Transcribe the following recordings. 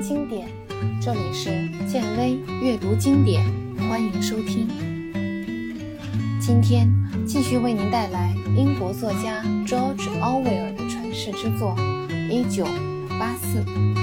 经典，这里是建威阅读经典，欢迎收听。今天继续为您带来英国作家 George Orwell 的传世之作《1984》。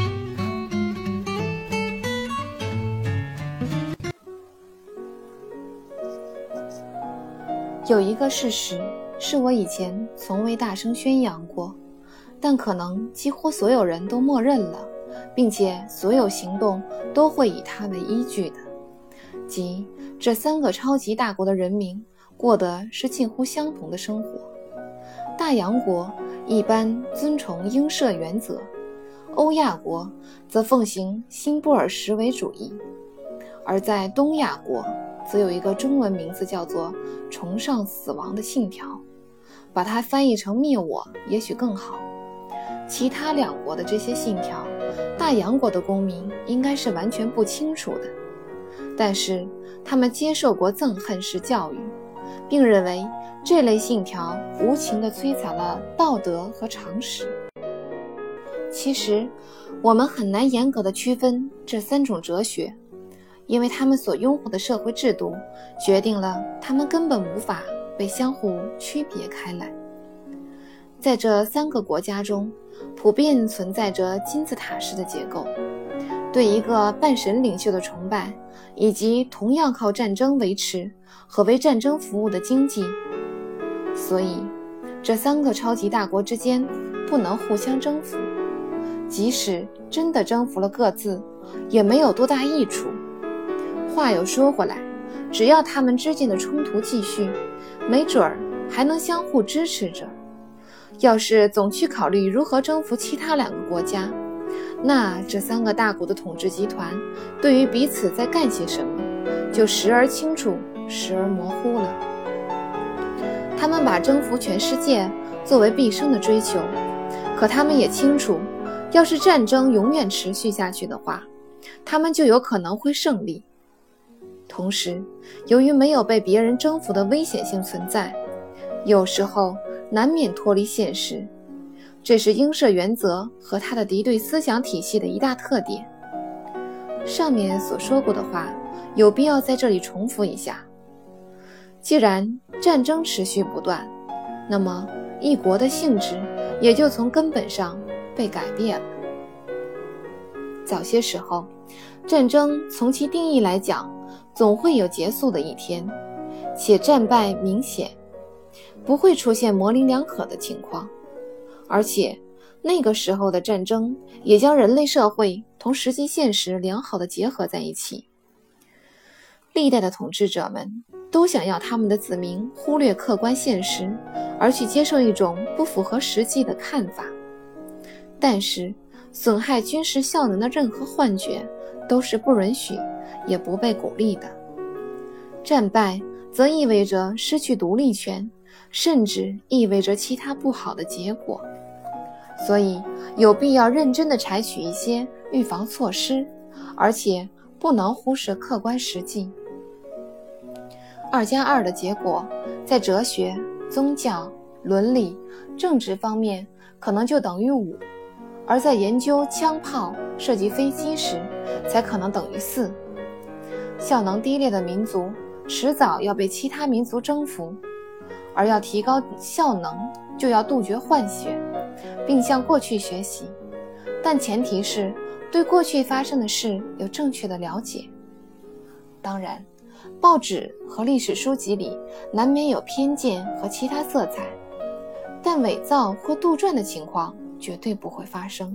有一个事实是我以前从未大声宣扬过，但可能几乎所有人都默认了，并且所有行动都会以它为依据的，即这三个超级大国的人民过的是近乎相同的生活。大洋国一般遵从英社原则，欧亚国则奉行新布尔什维主义，而在东亚国则有一个中文名字叫做崇尚死亡的信条，把它翻译成灭我也许更好。其他两国的这些信条，大洋国的公民应该是完全不清楚的，但是他们接受过憎恨式教育，并认为这类信条无情地摧残了道德和常识。其实我们很难严格地区分这三种哲学，因为他们所拥护的社会制度决定了他们根本无法被相互区别开来。在这三个国家中，普遍存在着金字塔式的结构，对一个半神领袖的崇拜，以及同样靠战争维持和为战争服务的经济。所以这三个超级大国之间不能互相征服，即使真的征服了各自，也没有多大益处。话又说回来，只要他们之间的冲突继续，没准儿还能相互支持着。要是总去考虑如何征服其他两个国家，那这三个大国的统治集团对于彼此在干些什么就时而清楚，时而模糊了。他们把征服全世界作为毕生的追求，可他们也清楚，要是战争永远持续下去的话，他们就有可能会胜利。同时，由于没有被别人征服的危险性存在，有时候难免脱离现实，这是英社原则和他的敌对思想体系的一大特点。上面所说过的话，有必要在这里重复一下。既然战争持续不断，那么一国的性质也就从根本上被改变了。早些时候，战争从其定义来讲，总会有结束的一天，且战败明显，不会出现模棱两可的情况，而且那个时候的战争也将人类社会同实际现实良好的结合在一起。历代的统治者们都想要他们的子民忽略客观现实，而去接受一种不符合实际的看法，但是损害军事效能的任何幻觉都是不允许也不被鼓励的。战败则意味着失去独立权，甚至意味着其他不好的结果，所以有必要认真地采取一些预防措施，而且不能忽视客观实际。2+2的结果在哲学、宗教、伦理、政治方面可能就等于5，而在研究枪炮、设计飞机时才可能等于4。效能低劣的民族迟早要被其他民族征服，而要提高效能，就要杜绝换血，并向过去学习，但前提是对过去发生的事有正确的了解。当然，报纸和历史书籍里难免有偏见和其他色彩，但伪造或杜撰的情况绝对不会发生。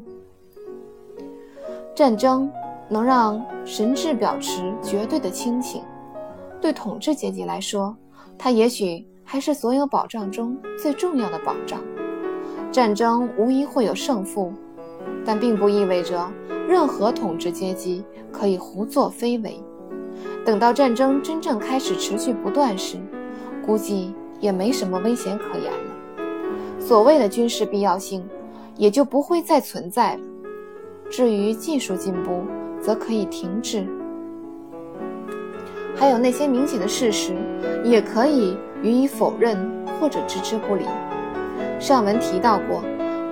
战争能让神智保持绝对的清醒，对统治阶级来说，它也许还是所有保障中最重要的保障。战争无疑会有胜负，但并不意味着任何统治阶级可以胡作非为。等到战争真正开始持续不断时，估计也没什么危险可言了，所谓的军事必要性也就不会再存在了。至于技术进步，则可以停滞。还有那些明显的事实，也可以予以否认或者置之不理。上文提到过，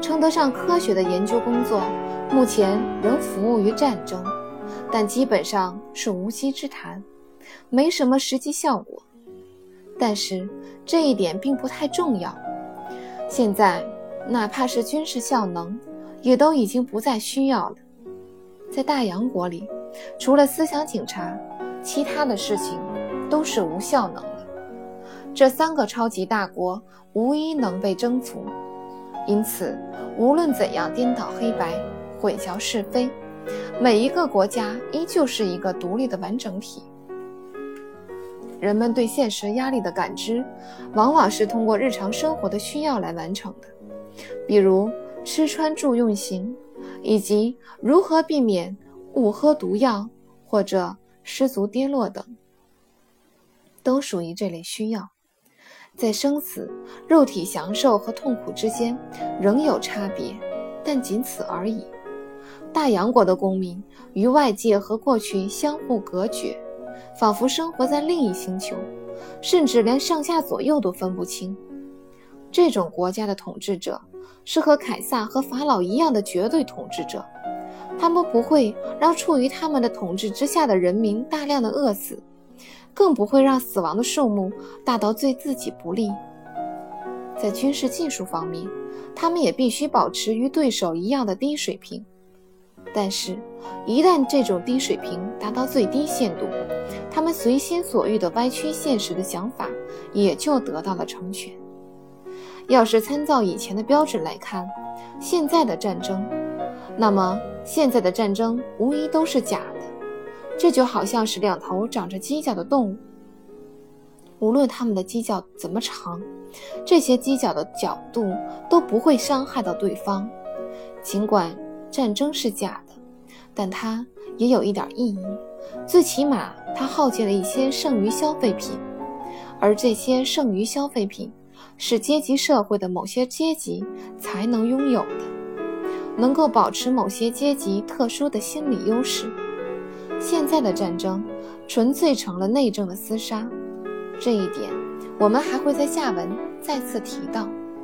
称得上科学的研究工作，目前仍服务于战争，但基本上是无稽之谈，没什么实际效果。但是这一点并不太重要，现在哪怕是军事效能，也都已经不再需要了。在大洋国里，除了思想警察，其他的事情都是无效能的。这3个超级大国无一能被征服，因此无论怎样颠倒黑白，混淆是非，每一个国家依旧是一个独立的完整体。人们对现实压力的感知，往往是通过日常生活的需要来完成的，比如吃穿住用行，以及如何避免误喝毒药或者失足跌落等，都属于这类需要。在生死、肉体享受和痛苦之间仍有差别，但仅此而已。大洋国的公民与外界和过去相互隔绝，仿佛生活在另一星球，甚至连上下左右都分不清。这种国家的统治者是和凯撒和法老一样的绝对统治者，他们不会让处于他们的统治之下的人民大量的饿死，更不会让死亡的数目大到对自己不利。在军事技术方面，他们也必须保持与对手一样的低水平，但是一旦这种低水平达到最低限度，他们随心所欲的歪曲现实的想法也就得到了成全。要是参照以前的标准来看现在的战争，那么现在的战争无疑都是假的，这就好像是2头长着犄角的动物，无论它们的犄角怎么长，这些犄角的角度都不会伤害到对方。尽管战争是假的，但它也有一点意义，最起码它耗尽了一些剩余消费品，而这些剩余消费品是阶级社会的某些阶级才能拥有的，能够保持某些阶级特殊的心理优势。现在的战争纯粹成了内政的厮杀，这一点我们还会在下文再次提到。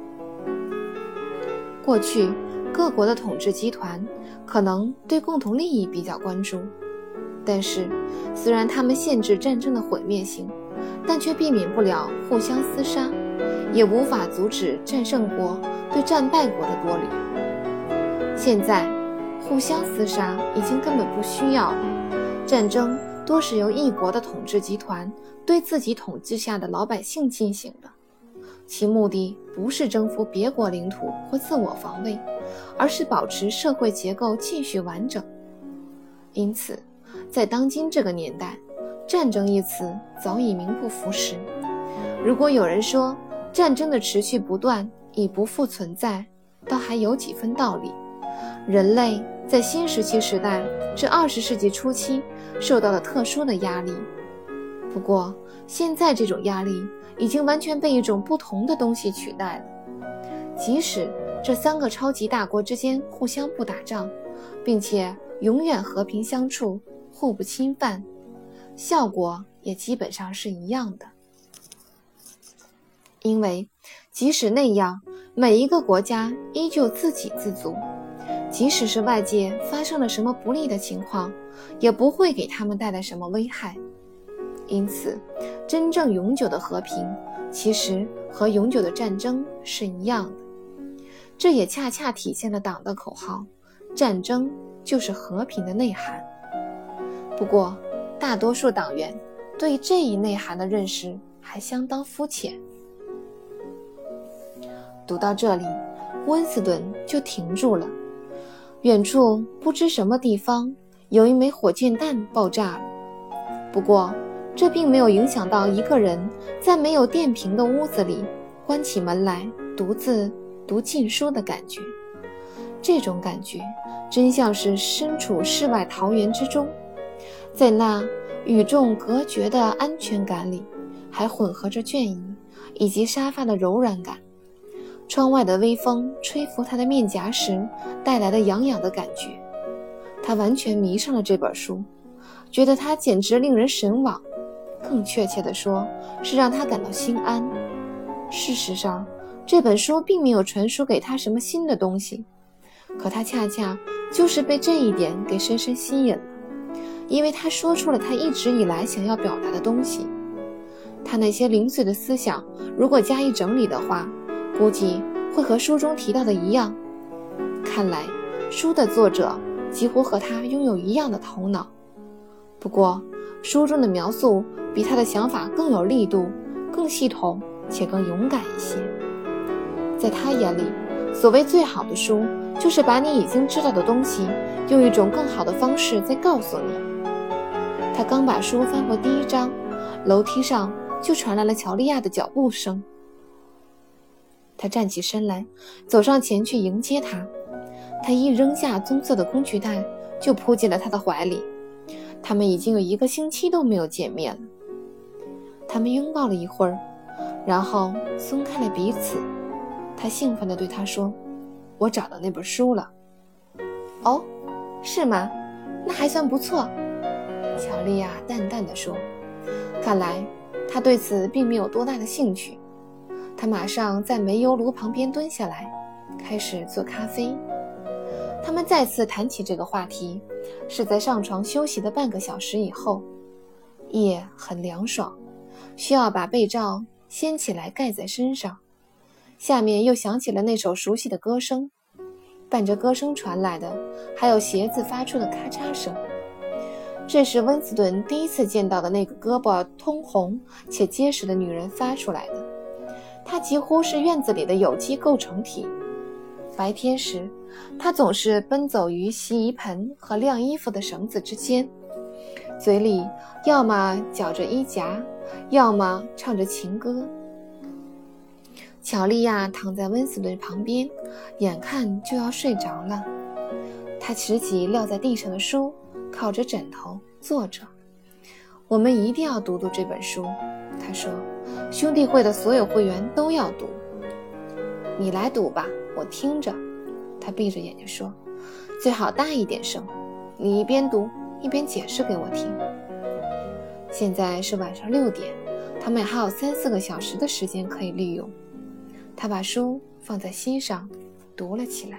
过去各国的统治集团可能对共同利益比较关注，但是虽然他们限制战争的毁灭性，但却避免不了互相厮杀，也无法阻止战胜国对战败国的夺掠。现在互相厮杀已经根本不需要了，战争多是由一国的统治集团对自己统治下的老百姓进行的，其目的不是征服别国领土或自我防卫，而是保持社会结构继续完整。因此在当今这个年代，战争一词早已名不符实。如果有人说战争的持续不断已不复存在，倒还有几分道理。人类在新石器时代至20世纪初期受到了特殊的压力，不过现在这种压力已经完全被一种不同的东西取代了。即使这3个超级大国之间互相不打仗，并且永远和平相处，互不侵犯，效果也基本上是一样的。因为即使那样，每一个国家依旧自给自足，即使是外界发生了什么不利的情况，也不会给他们带来什么危害。因此真正永久的和平其实和永久的战争是一样的。这也恰恰体现了党的口号，战争就是和平的内涵。不过大多数党员对这一内涵的认识还相当肤浅。读到这里，温斯顿就停住了。远处不知什么地方有一枚火箭弹爆炸了，不过这并没有影响到一个人在没有电瓶的屋子里关起门来独自读禁书的感觉。这种感觉真像是身处世外桃源之中，在那与众隔绝的安全感里，还混合着倦意以及沙发的柔软感。窗外的微风吹拂他的面颊时带来的痒痒的感觉，他完全迷上了这本书，觉得它简直令人神往，更确切地说是让他感到心安。事实上这本书并没有传输给他什么新的东西，可他恰恰就是被这一点给深深吸引了，因为他说出了他一直以来想要表达的东西。他那些零碎的思想，如果加以整理的话，估计会和书中提到的一样。看来书的作者几乎和他拥有一样的头脑，不过书中的描述比他的想法更有力度，更系统且更勇敢一些。在他眼里，所谓最好的书，就是把你已经知道的东西用一种更好的方式再告诉你。他刚把书翻回第1章，楼梯上就传来了乔利亚的脚步声。他站起身来，走上前去迎接他。他一扔下棕色的工具袋，就扑进了他的怀里。他们已经有1个星期都没有见面了。他们拥抱了一会儿，然后松开了彼此。他兴奋地对他说：“我找到那本书了。”“哦，是吗？那还算不错。”乔利亚淡淡地说。看来他对此并没有多大的兴趣。他马上在煤油炉旁边蹲下来，开始做咖啡。他们再次谈起这个话题，是在上床休息的半个小时以后。夜很凉爽，需要把被罩掀起来盖在身上。下面又响起了那首熟悉的歌声，伴着歌声传来的还有鞋子发出的咔嚓声。这是温斯顿第一次见到的那个胳膊通红且结实的女人发出来的。她几乎是院子里的有机构成体。白天时，她总是奔走于洗衣盆和晾衣服的绳子之间，嘴里要么绞着衣夹，要么唱着情歌。乔利亚躺在温斯顿旁边，眼看就要睡着了。他拾起撂在地上的书，靠着枕头坐着。“我们一定要读读这本书。”他说，“兄弟会的所有会员都要读。”“你来读吧，我听着。”他闭着眼睛说，“最好大一点声，你一边读一边解释给我听。”现在是晚上6点，他们还有3-4个小时的时间可以利用。他把书放在膝上，读了起来。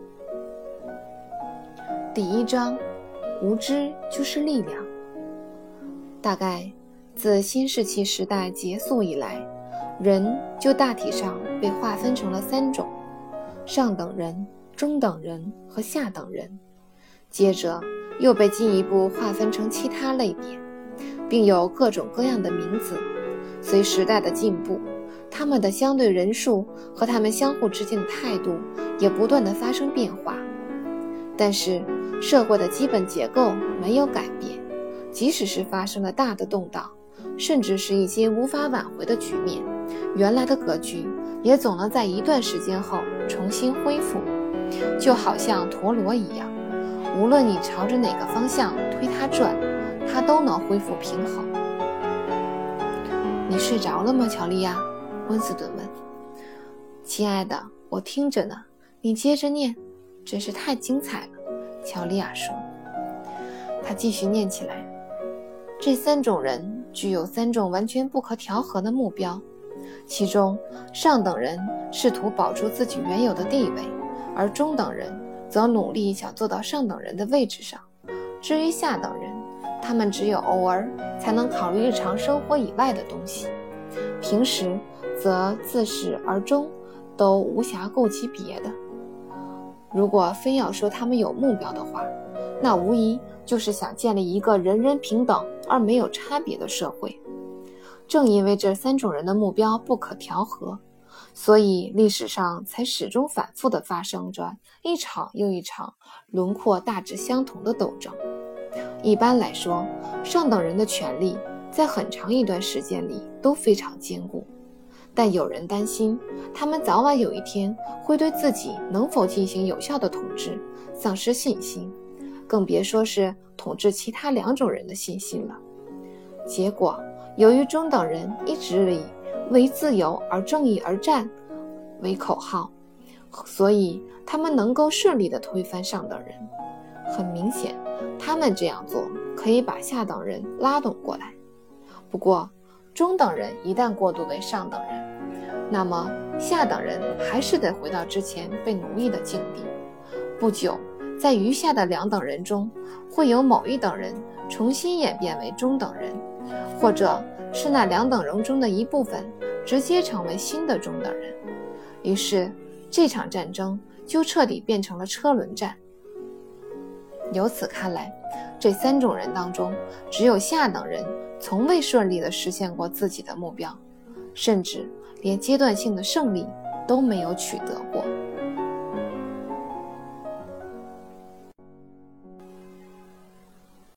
第1章，无知就是力量。大概自新石器时代结束以来，人就大体上被划分成了3种：上等人、中等人和下等人。接着又被进一步划分成其他类别，并有各种各样的名字。随时代的进步，他们的相对人数和他们相互之间的态度也不断地发生变化。但是社会的基本结构没有改变，即使是发生了大的动荡，甚至是一些无法挽回的局面，原来的格局也总能在一段时间后重新恢复。就好像陀螺一样，无论你朝着哪个方向推它转，它都能恢复平衡。“你睡着了吗，乔利亚？”温斯顿问。“亲爱的，我听着呢，你接着念，真是太精彩了。”乔利亚说。他继续念起来。这3种人具有3种完全不可调和的目标，其中上等人试图保住自己原有的地位，而中等人则努力想做到上等人的位置上。至于下等人，他们只有偶尔才能考虑日常生活以外的东西，平时则自始而终都无暇顾及别的。如果非要说他们有目标的话，那无疑就是想建立一个人人平等而没有差别的社会。正因为这3种人的目标不可调和，所以历史上才始终反复地发生着一场又一场轮廓大致相同的斗争。一般来说，上等人的权力在很长一段时间里都非常坚固，但有人担心他们早晚有一天会对自己能否进行有效的统治丧失信心，更别说是统治其他2种人的信心了。结果，由于中等人一直以为自由而正义而战为口号，所以他们能够顺利地推翻上等人。很明显，他们这样做可以把下等人拉拢过来。不过，中等人一旦过渡为上等人，那么下等人还是得回到之前被奴役的境地。不久，在余下的2等人中，会有某一等人重新演变为中等人，或者是那2等人中的一部分直接成为新的中等人。于是这场战争就彻底变成了车轮战。由此看来，这3种人当中，只有下等人从未顺利地实现过自己的目标，甚至连阶段性的胜利都没有取得过。